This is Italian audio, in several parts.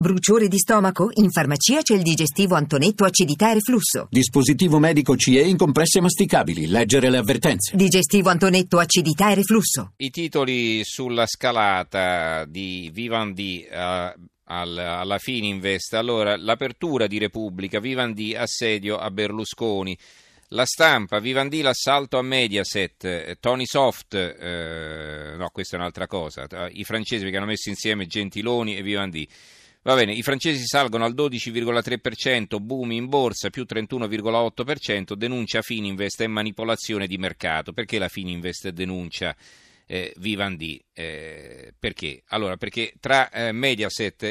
Bruciore di stomaco? In farmacia c'è il digestivo Antonetto acidità e reflusso. Dispositivo medico CE in compresse masticabili. Leggere le avvertenze. Digestivo Antonetto acidità e reflusso. I titoli sulla scalata di Vivendi alla Fininvest. Allora, l'apertura di Repubblica, Vivendi assedio a Berlusconi. La Stampa, Vivendi l'assalto a Mediaset, Tony Soft, no, questa è un'altra cosa, i francesi che hanno messo insieme Gentiloni e Vivendi. Va bene, i francesi salgono al 12,3%, boom in borsa, più 31,8%, denuncia Fininvest e manipolazione di mercato. Perché la Fininvest denuncia Vivendi? Perché? Allora, perché tra Mediaset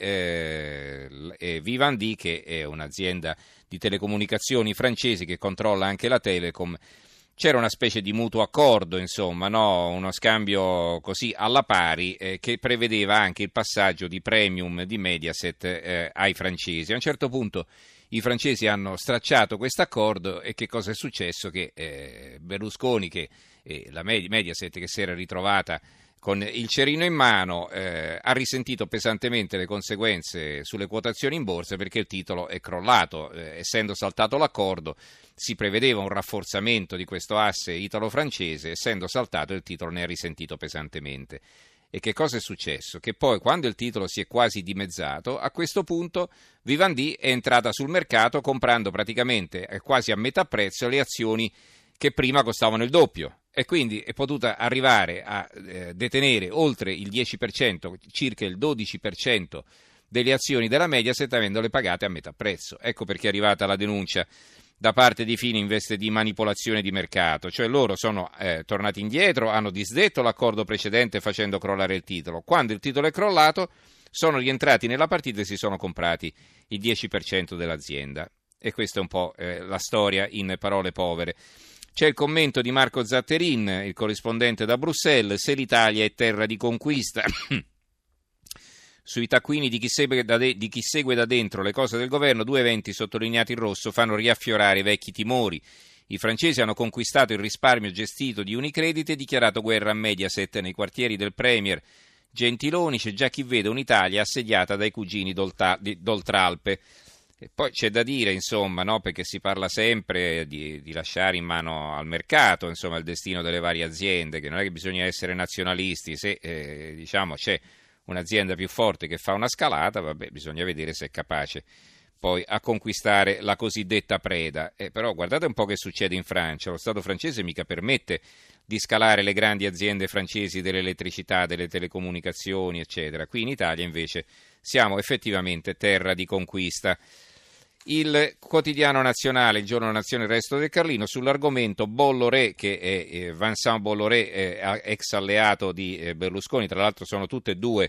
e Vivendi, che è un'azienda di telecomunicazioni francesi che controlla anche la Telecom, c'era una specie di mutuo accordo, insomma, no? Uno scambio così alla pari che prevedeva anche il passaggio di premium di Mediaset ai francesi. A un certo punto i francesi hanno stracciato questo accordo e che cosa è successo? Che Berlusconi, la Mediaset che si era ritrovata con il cerino in mano, ha risentito pesantemente le conseguenze sulle quotazioni in borsa perché il titolo è crollato, essendo saltato l'accordo. Si prevedeva un rafforzamento di questo asse italo-francese, essendo saltato il titolo ne ha risentito pesantemente. E che cosa è successo? Che poi quando il titolo si è quasi dimezzato, a questo punto Vivendi è entrata sul mercato comprando praticamente quasi a metà prezzo le azioni che prima costavano il doppio e quindi è potuta arrivare a detenere oltre il 10%, circa il 12% delle azioni della Mediaset avendole pagate a metà prezzo. Ecco perché è arrivata la denuncia da parte di Fininvest di manipolazione di mercato, cioè loro sono tornati indietro, hanno disdetto l'accordo precedente facendo crollare il titolo. Quando il titolo è crollato sono rientrati nella partita e si sono comprati il 10% dell'azienda. E questa è un po' la storia in parole povere. C'è il commento di Marco Zatterin, il corrispondente da Bruxelles, se l'Italia è terra di conquista. Sui taccuini di chi segue da dentro le cose del governo, due eventi sottolineati in rosso fanno riaffiorare i vecchi timori. I francesi hanno conquistato il risparmio gestito di Unicredit e dichiarato guerra a Mediaset. Nei quartieri del premier Gentiloni c'è già chi vede un'Italia assediata dai cugini d'Oltralpe. E poi c'è da dire, insomma, no, perché si parla sempre di lasciare in mano al mercato, insomma, il destino delle varie aziende, che non è che bisogna essere nazionalisti, se diciamo c'è un'azienda più forte che fa una scalata, vabbè, bisogna vedere se è capace poi a conquistare la cosiddetta preda. Però guardate un po' che succede in Francia, lo Stato francese mica permette di scalare le grandi aziende francesi dell'elettricità, delle telecomunicazioni, eccetera. Qui in Italia invece siamo effettivamente terra di conquista. Il quotidiano nazionale, il giorno nazione, il resto del Carlino, sull'argomento Bolloré, che è Vincent Bolloré, ex alleato di Berlusconi, tra l'altro sono tutte e due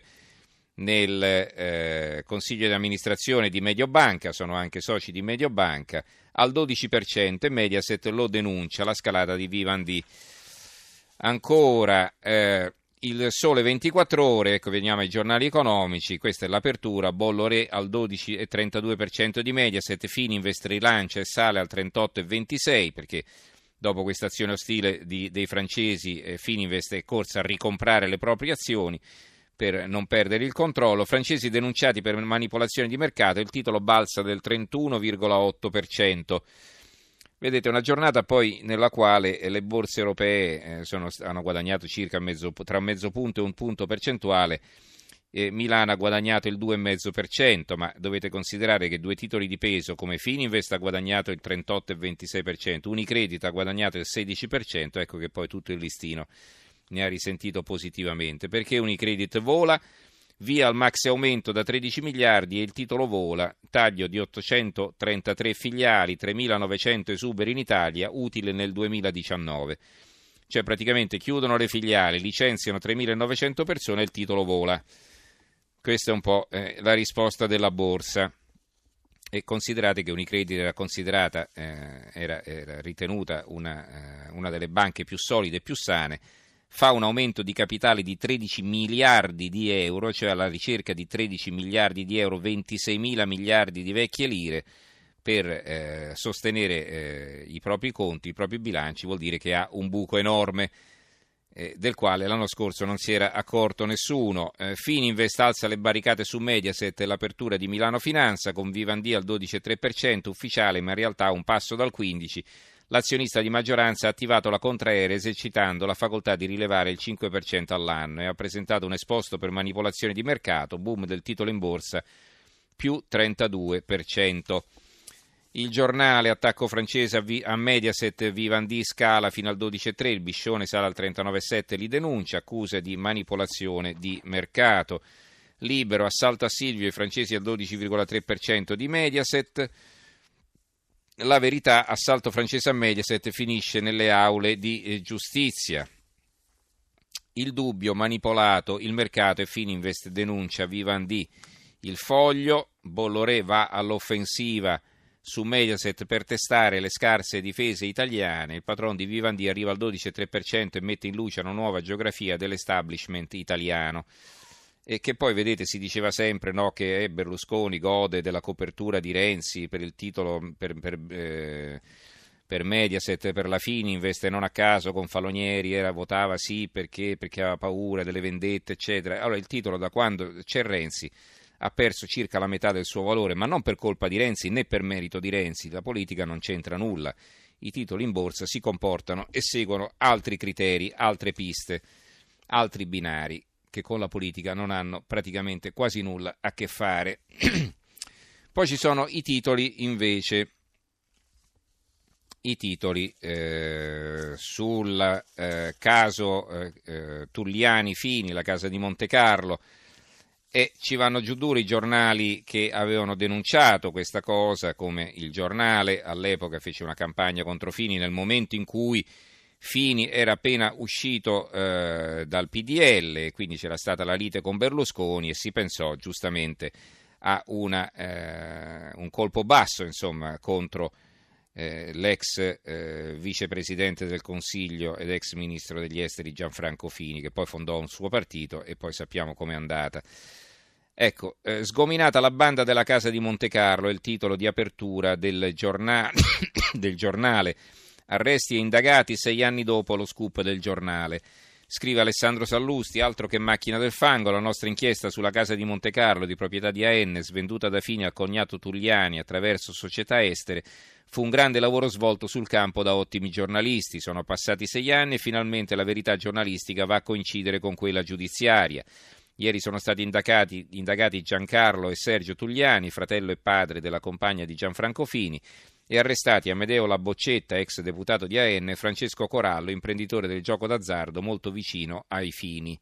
nel consiglio di amministrazione di Mediobanca, sono anche soci di Mediobanca, al 12% e Mediaset lo denuncia, la scalata di Vivendi. Ancora il Sole 24 Ore, ecco, veniamo ai giornali economici, questa è l'apertura, Bolloré al 12,32% di Mediaset, Fininvest rilancia e sale al 38,26% perché dopo questa azione ostile dei francesi Fininvest è corsa a ricomprare le proprie azioni per non perdere il controllo. Francesi denunciati per manipolazione di mercato, il titolo balza del 31,8%. Vedete, una giornata poi nella quale le borse europee hanno guadagnato circa tra mezzo punto e un punto percentuale. Milano ha guadagnato il 2,5%, ma dovete considerare che due titoli di peso come Fininvest ha guadagnato il 38,26%, Unicredit ha guadagnato il 16%, ecco che poi tutto il listino ne ha risentito positivamente. Perché Unicredit vola? Via al maxi aumento da 13 miliardi e il titolo vola, taglio di 833 filiali, 3.900 esuberi in Italia, utile nel 2019. Cioè praticamente chiudono le filiali, licenziano 3.900 persone e il titolo vola. Questa è un po' la risposta della borsa. E considerate che Unicredit era ritenuta una delle banche più solide e più sane, fa un aumento di capitale di 13 miliardi di euro, cioè alla ricerca di 13 miliardi di euro, 26 mila miliardi di vecchie lire per sostenere i propri conti, i propri bilanci, vuol dire che ha un buco enorme. del quale l'anno scorso non si era accorto nessuno. Fininvest alza le barricate su Mediaset e l'apertura di Milano Finanza, con Vivendi al 12,3% ufficiale, ma in realtà un passo dal 15%. L'azionista di maggioranza ha attivato la contraerea esercitando la facoltà di rilevare il 5% all'anno e ha presentato un esposto per manipolazione di mercato, boom del titolo in borsa, più 32%. Il Giornale, attacco francese a Mediaset, Vivendi scala fino al 12,3%, il Biscione sale al 39,7%, li denuncia, accuse di manipolazione di mercato. Libero, assalto a Silvio, i francesi al 12,3% di Mediaset. La Verità, assalto francese a Mediaset, finisce nelle aule di giustizia. Il Dubbio, manipolato il mercato e Fininvest denuncia Vivendi. Il Foglio, Bolloré va all'offensiva su Mediaset per testare le scarse difese italiane. Il patron di Vivendi arriva al 12,3% e mette in luce una nuova geografia dell'establishment italiano. E che poi, vedete, si diceva sempre, no, che Berlusconi gode della copertura di Renzi per il titolo per Mediaset, per la Fininvest, e non a caso con Falonieri votava sì perché aveva paura delle vendette, eccetera. Allora il titolo, da quando c'è Renzi, ha perso circa la metà del suo valore, ma non per colpa di Renzi né per merito di Renzi. La politica non c'entra nulla. I titoli in borsa si comportano e seguono altri criteri, altre piste, altri binari, che con la politica non hanno praticamente quasi nulla a che fare. Poi ci sono i titoli invece, sul caso Tulliani Fini, la casa di Montecarlo, e ci vanno giù duri i giornali che avevano denunciato questa cosa, come il Giornale all'epoca fece una campagna contro Fini nel momento in cui Fini era appena uscito dal PDL, quindi c'era stata la lite con Berlusconi e si pensò giustamente a un colpo basso, insomma, contro l'ex vicepresidente del Consiglio ed ex ministro degli esteri Gianfranco Fini, che poi fondò un suo partito e poi sappiamo com'è andata. Ecco, sgominata la banda della casa di Montecarlo è il titolo di apertura del giornale. Arresti e indagati 6 anni dopo lo scoop del Giornale. Scrive Alessandro Sallusti, altro che macchina del fango, la nostra inchiesta sulla casa di Montecarlo, di proprietà di AN, svenduta da Fini al cognato Tulliani attraverso società estere, fu un grande lavoro svolto sul campo da ottimi giornalisti. Sono passati 6 anni e finalmente la verità giornalistica va a coincidere con quella giudiziaria. Ieri sono stati indagati Giancarlo e Sergio Tulliani, fratello e padre della compagna di Gianfranco Fini, e arrestati Amedeo Laboccetta, ex deputato di AN, e Francesco Corallo, imprenditore del gioco d'azzardo molto vicino ai Fini.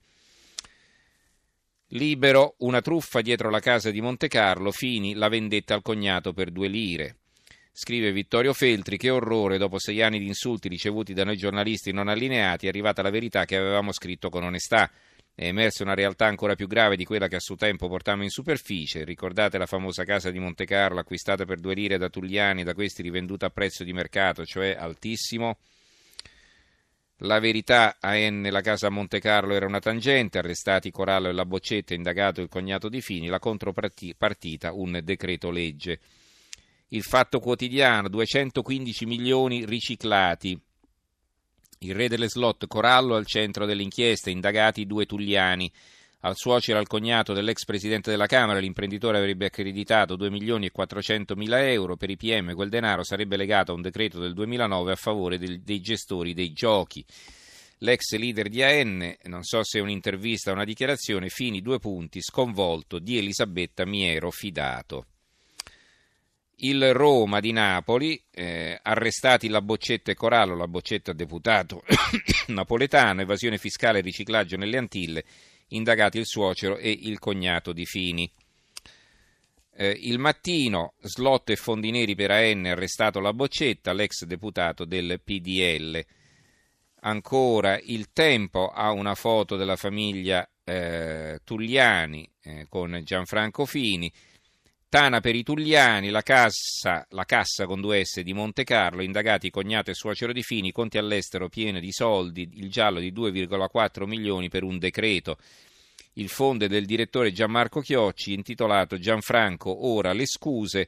Libero, una truffa dietro la casa di Montecarlo, Fini, la vendetta al cognato per 2 lire. Scrive Vittorio Feltri, che orrore, dopo 6 anni di insulti ricevuti da noi giornalisti non allineati, è arrivata la verità che avevamo scritto con onestà. È emersa una realtà ancora più grave di quella che a suo tempo portammo in superficie. Ricordate la famosa casa di Montecarlo acquistata per 2 lire da Tulliani, da questi rivenduta a prezzo di mercato, cioè altissimo? La verità, AN, la casa a Montecarlo era una tangente, arrestati Corallo e Laboccetta, indagato il cognato di Fini, la contropartita un decreto legge. Il Fatto Quotidiano, 215 milioni riciclati. Il re delle slot Corallo al centro delle inchieste, indagati 2 Tulliani. Al suocero e al cognato dell'ex presidente della Camera l'imprenditore avrebbe accreditato 2.400.000 euro. Per i PM quel denaro sarebbe legato a un decreto del 2009 a favore dei gestori dei giochi. L'ex leader di AN, non so se è un'intervista o una dichiarazione, Fini 2 punti, sconvolto, di Elisabetta mi ero fidato. Il Roma di Napoli, arrestati Laboccetta e Corallo, Laboccetta deputato napoletano, evasione fiscale e riciclaggio nelle Antille, indagati il suocero e il cognato di Fini. Il Mattino, slot e fondi neri per AN, arrestato Laboccetta, l'ex deputato del PDL. Ancora Il Tempo ha una foto della famiglia Tulliani con Gianfranco Fini. Tana per i Tulliani, la cassa con 2 S di Montecarlo, indagati cognato e suocero di Fini, conti all'estero pieni di soldi, il giallo di 2,4 milioni per un decreto. Il fondo del direttore Gianmarco Chiocci, intitolato Gianfranco, ora le scuse,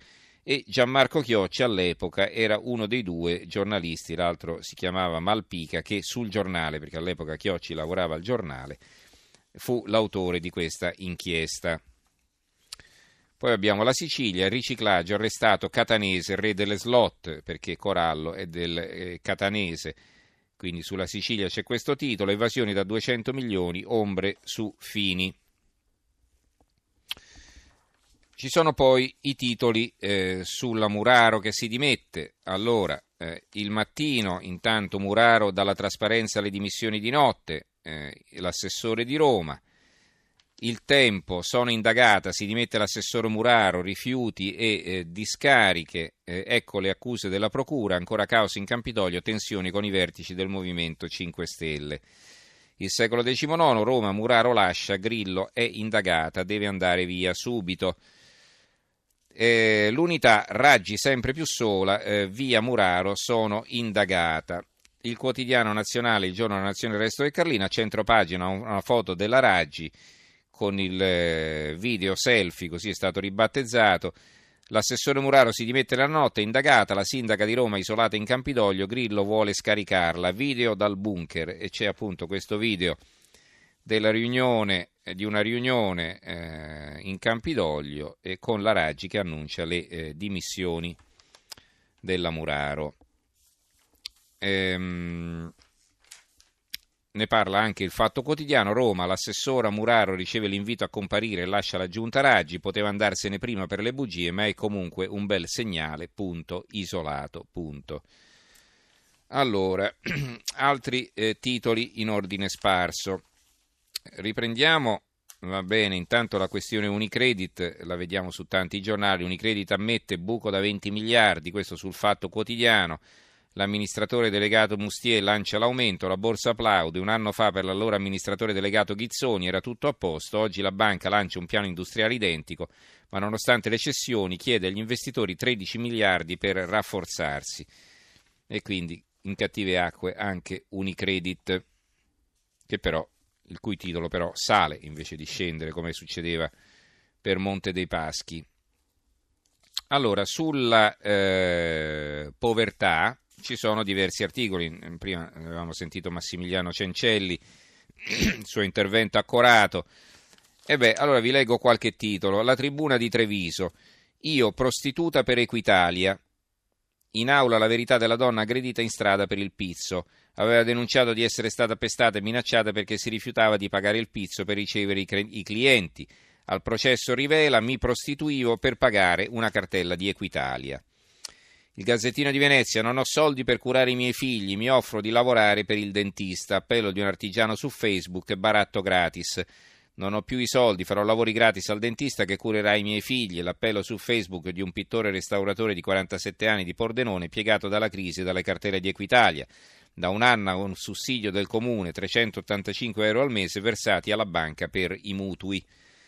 e Gianmarco Chiocci all'epoca era uno dei due giornalisti, l'altro si chiamava Malpica, che sul giornale, perché all'epoca Chiocci lavorava al giornale, fu l'autore di questa inchiesta. Poi abbiamo la Sicilia, il riciclaggio, arrestato Catanese, re delle slot, perché Corallo è del catanese, quindi sulla Sicilia c'è questo titolo, evasioni da 200 milioni, ombre su Fini. Ci sono poi i titoli sulla Muraro che si dimette. Allora, il Mattino, intanto Muraro dalla trasparenza alle dimissioni di notte, l'assessore di Roma. Il Tempo, sono indagata, si dimette l'assessore Muraro, rifiuti e discariche, ecco le accuse della procura, ancora caos in Campidoglio, tensioni con i vertici del Movimento 5 Stelle. Il Secolo XIX, Roma, Muraro lascia, Grillo è indagata, deve andare via subito. L'Unità, Raggi sempre più sola, via Muraro, sono indagata. Il Quotidiano Nazionale, il Giorno della Nazione, il Resto del Carlino, a centropagina una foto della Raggi con il video selfie, così è stato ribattezzato. L'assessore Muraro si dimette la notte, indagata, la sindaca di Roma isolata in Campidoglio, Grillo vuole scaricarla, video dal bunker, e c'è appunto questo video della riunione, di una riunione in Campidoglio, e con la Raggi che annuncia le dimissioni della Muraro. Ne parla anche il Fatto Quotidiano, Roma, l'assessora Muraro riceve l'invito a comparire e lascia la giunta Raggi, poteva andarsene prima per le bugie, ma è comunque un bel segnale, punto, isolato, punto. Allora, altri titoli in ordine sparso. Riprendiamo, va bene, intanto la questione Unicredit, la vediamo su tanti giornali, Unicredit ammette buco da 20 miliardi, questo sul Fatto Quotidiano. L'amministratore delegato Mustier lancia l'aumento, la borsa applaude, un anno fa per l'allora amministratore delegato Ghizzoni era tutto a posto, oggi la banca lancia un piano industriale identico, ma nonostante le cessioni chiede agli investitori 13 miliardi per rafforzarsi. E quindi in cattive acque anche Unicredit, che però, il cui titolo però sale invece di scendere come succedeva per Monte dei Paschi. Allora, sulla povertà ci sono diversi articoli, prima avevamo sentito Massimiliano Cencelli, il suo intervento accorato. Allora vi leggo qualche titolo. La Tribuna di Treviso, io prostituta per Equitalia. In aula la verità della donna aggredita in strada per il pizzo. Aveva denunciato di essere stata pestata e minacciata perché si rifiutava di pagare il pizzo per ricevere i clienti. Al processo rivela, mi prostituivo per pagare una cartella di Equitalia. Il Gazzettino di Venezia, non ho soldi per curare i miei figli, mi offro di lavorare per il dentista. Appello di un artigiano su Facebook, baratto gratis. Non ho più i soldi, farò lavori gratis al dentista che curerà i miei figli. L'appello su Facebook di un pittore restauratore di 47 anni di Pordenone, piegato dalla crisi e dalle cartelle di Equitalia. Da un anno un sussidio del comune, 385 euro al mese versati alla banca per i mutui.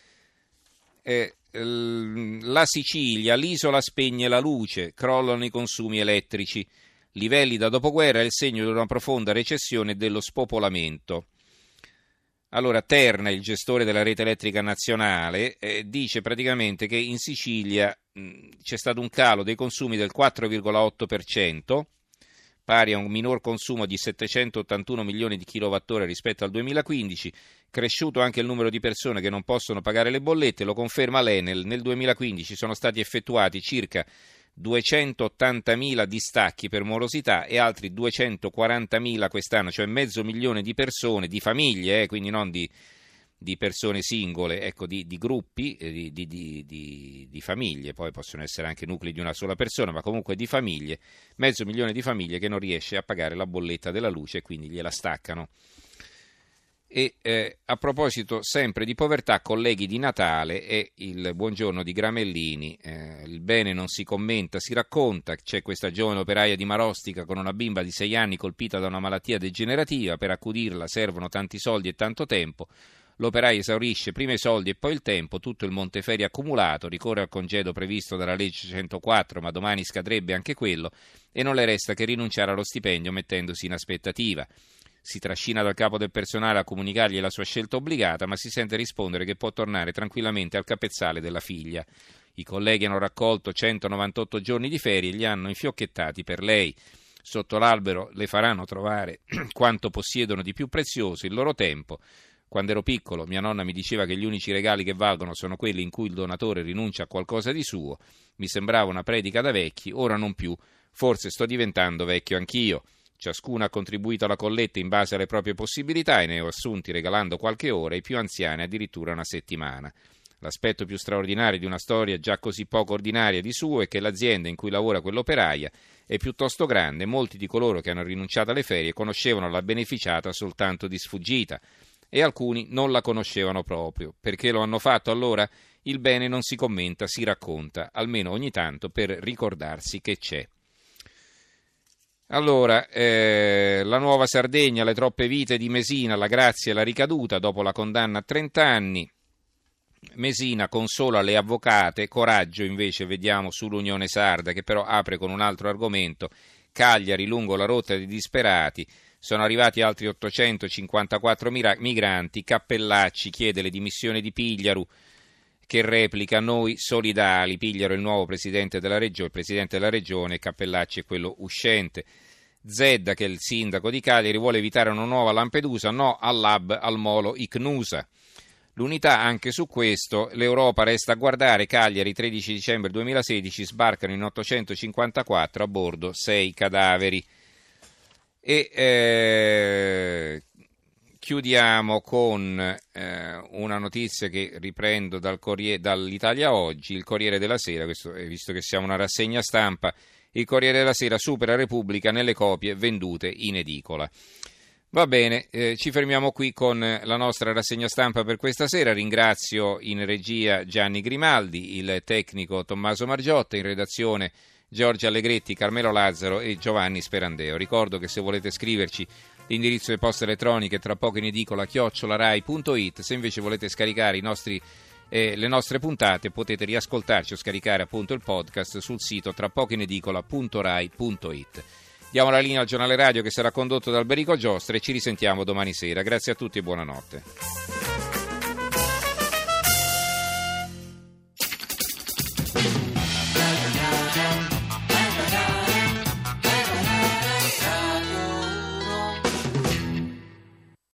La Sicilia, l'isola spegne la luce, crollano i consumi elettrici. Livelli da dopoguerra è il segno di una profonda recessione e dello spopolamento. Allora Terna, il gestore della rete elettrica nazionale, dice praticamente che in Sicilia c'è stato un calo dei consumi del 4,8%, pari a un minor consumo di 781 milioni di kilowattora rispetto al 2015, cresciuto anche il numero di persone che non possono pagare le bollette, lo conferma l'Enel, nel 2015 sono stati effettuati circa 280.000 distacchi per morosità e altri 240.000 quest'anno, cioè 500.000 di persone, di famiglie, quindi non di persone singole, ecco, di gruppi, di famiglie, poi possono essere anche nuclei di una sola persona, ma comunque di famiglie, 500.000 di famiglie che non riesce a pagare la bolletta della luce e quindi gliela staccano. E a proposito sempre di povertà, colleghi, di Natale e il buongiorno di Gramellini, il bene non si commenta, si racconta. C'è questa giovane operaia di Marostica con una bimba di 6 anni colpita da una malattia degenerativa, per accudirla servono tanti soldi e tanto tempo. L'operaia esaurisce prima i soldi e poi il tempo, tutto il monteferio accumulato, ricorre al congedo previsto dalla legge 104, ma domani scadrebbe anche quello e non le resta che rinunciare allo stipendio mettendosi in aspettativa. Si trascina dal capo del personale a comunicargli la sua scelta obbligata, ma si sente rispondere che può tornare tranquillamente al capezzale della figlia. I colleghi hanno raccolto 198 giorni di ferie e li hanno infiocchettati per lei. Sotto l'albero le faranno trovare quanto possiedono di più prezioso, il loro tempo. Quando ero piccolo mia nonna mi diceva che gli unici regali che valgono sono quelli in cui il donatore rinuncia a qualcosa di suo. Mi sembrava una predica da vecchi, ora non più. Forse sto diventando vecchio anch'io. Ciascuno ha contribuito alla colletta in base alle proprie possibilità e ne ho assunti regalando qualche ora, i più anziani addirittura una settimana. L'aspetto più straordinario di una storia già così poco ordinaria di suo è che l'azienda in cui lavora quell'operaia è piuttosto grande. Molti di coloro che hanno rinunciato alle ferie conoscevano la beneficiata soltanto di sfuggita e alcuni non la conoscevano proprio. Perché lo hanno fatto allora? Il bene non si commenta, si racconta, almeno ogni tanto per ricordarsi che c'è. Allora, la nuova Sardegna, le troppe vite di Mesina, la grazia e la ricaduta dopo la condanna a 30 anni. Mesina consola le avvocate, coraggio invece vediamo sull'Unione Sarda, che però apre con un altro argomento. Cagliari, lungo la rotta dei disperati, sono arrivati altri 854 migranti. Cappellacci chiede le dimissioni di Pigliaru, che replica: noi solidali. Pigliaru è il nuovo presidente della regione, il presidente della regione, Cappellacci è quello uscente. Zedda, che è il sindaco di Cagliari, vuole evitare una nuova Lampedusa, no all'hub al molo Icnusa. L'unità anche su questo, l'Europa resta a guardare. Cagliari, 13 dicembre 2016, sbarcano in 854, a bordo 6 cadaveri. E chiudiamo con una notizia che riprendo dall'Italia Oggi, il Corriere della Sera, questo, visto che siamo una rassegna stampa, il Corriere della Sera supera Repubblica nelle copie vendute in edicola. Va bene, ci fermiamo qui con la nostra rassegna stampa per questa sera. Ringrazio in regia Gianni Grimaldi, il tecnico Tommaso Margiotta, in redazione Giorgia Allegretti, Carmelo Lazzaro e Giovanni Sperandeo. Ricordo che se volete scriverci, l'indirizzo di posta elettronica è tra poco in edicola @rai.it. Se invece volete scaricare le nostre puntate, potete riascoltarci o scaricare appunto il podcast sul sito trapocoinedicola.rai.it. Diamo la linea al giornale radio che sarà condotto da Alberico Giostra e ci risentiamo domani sera. Grazie a tutti e buonanotte.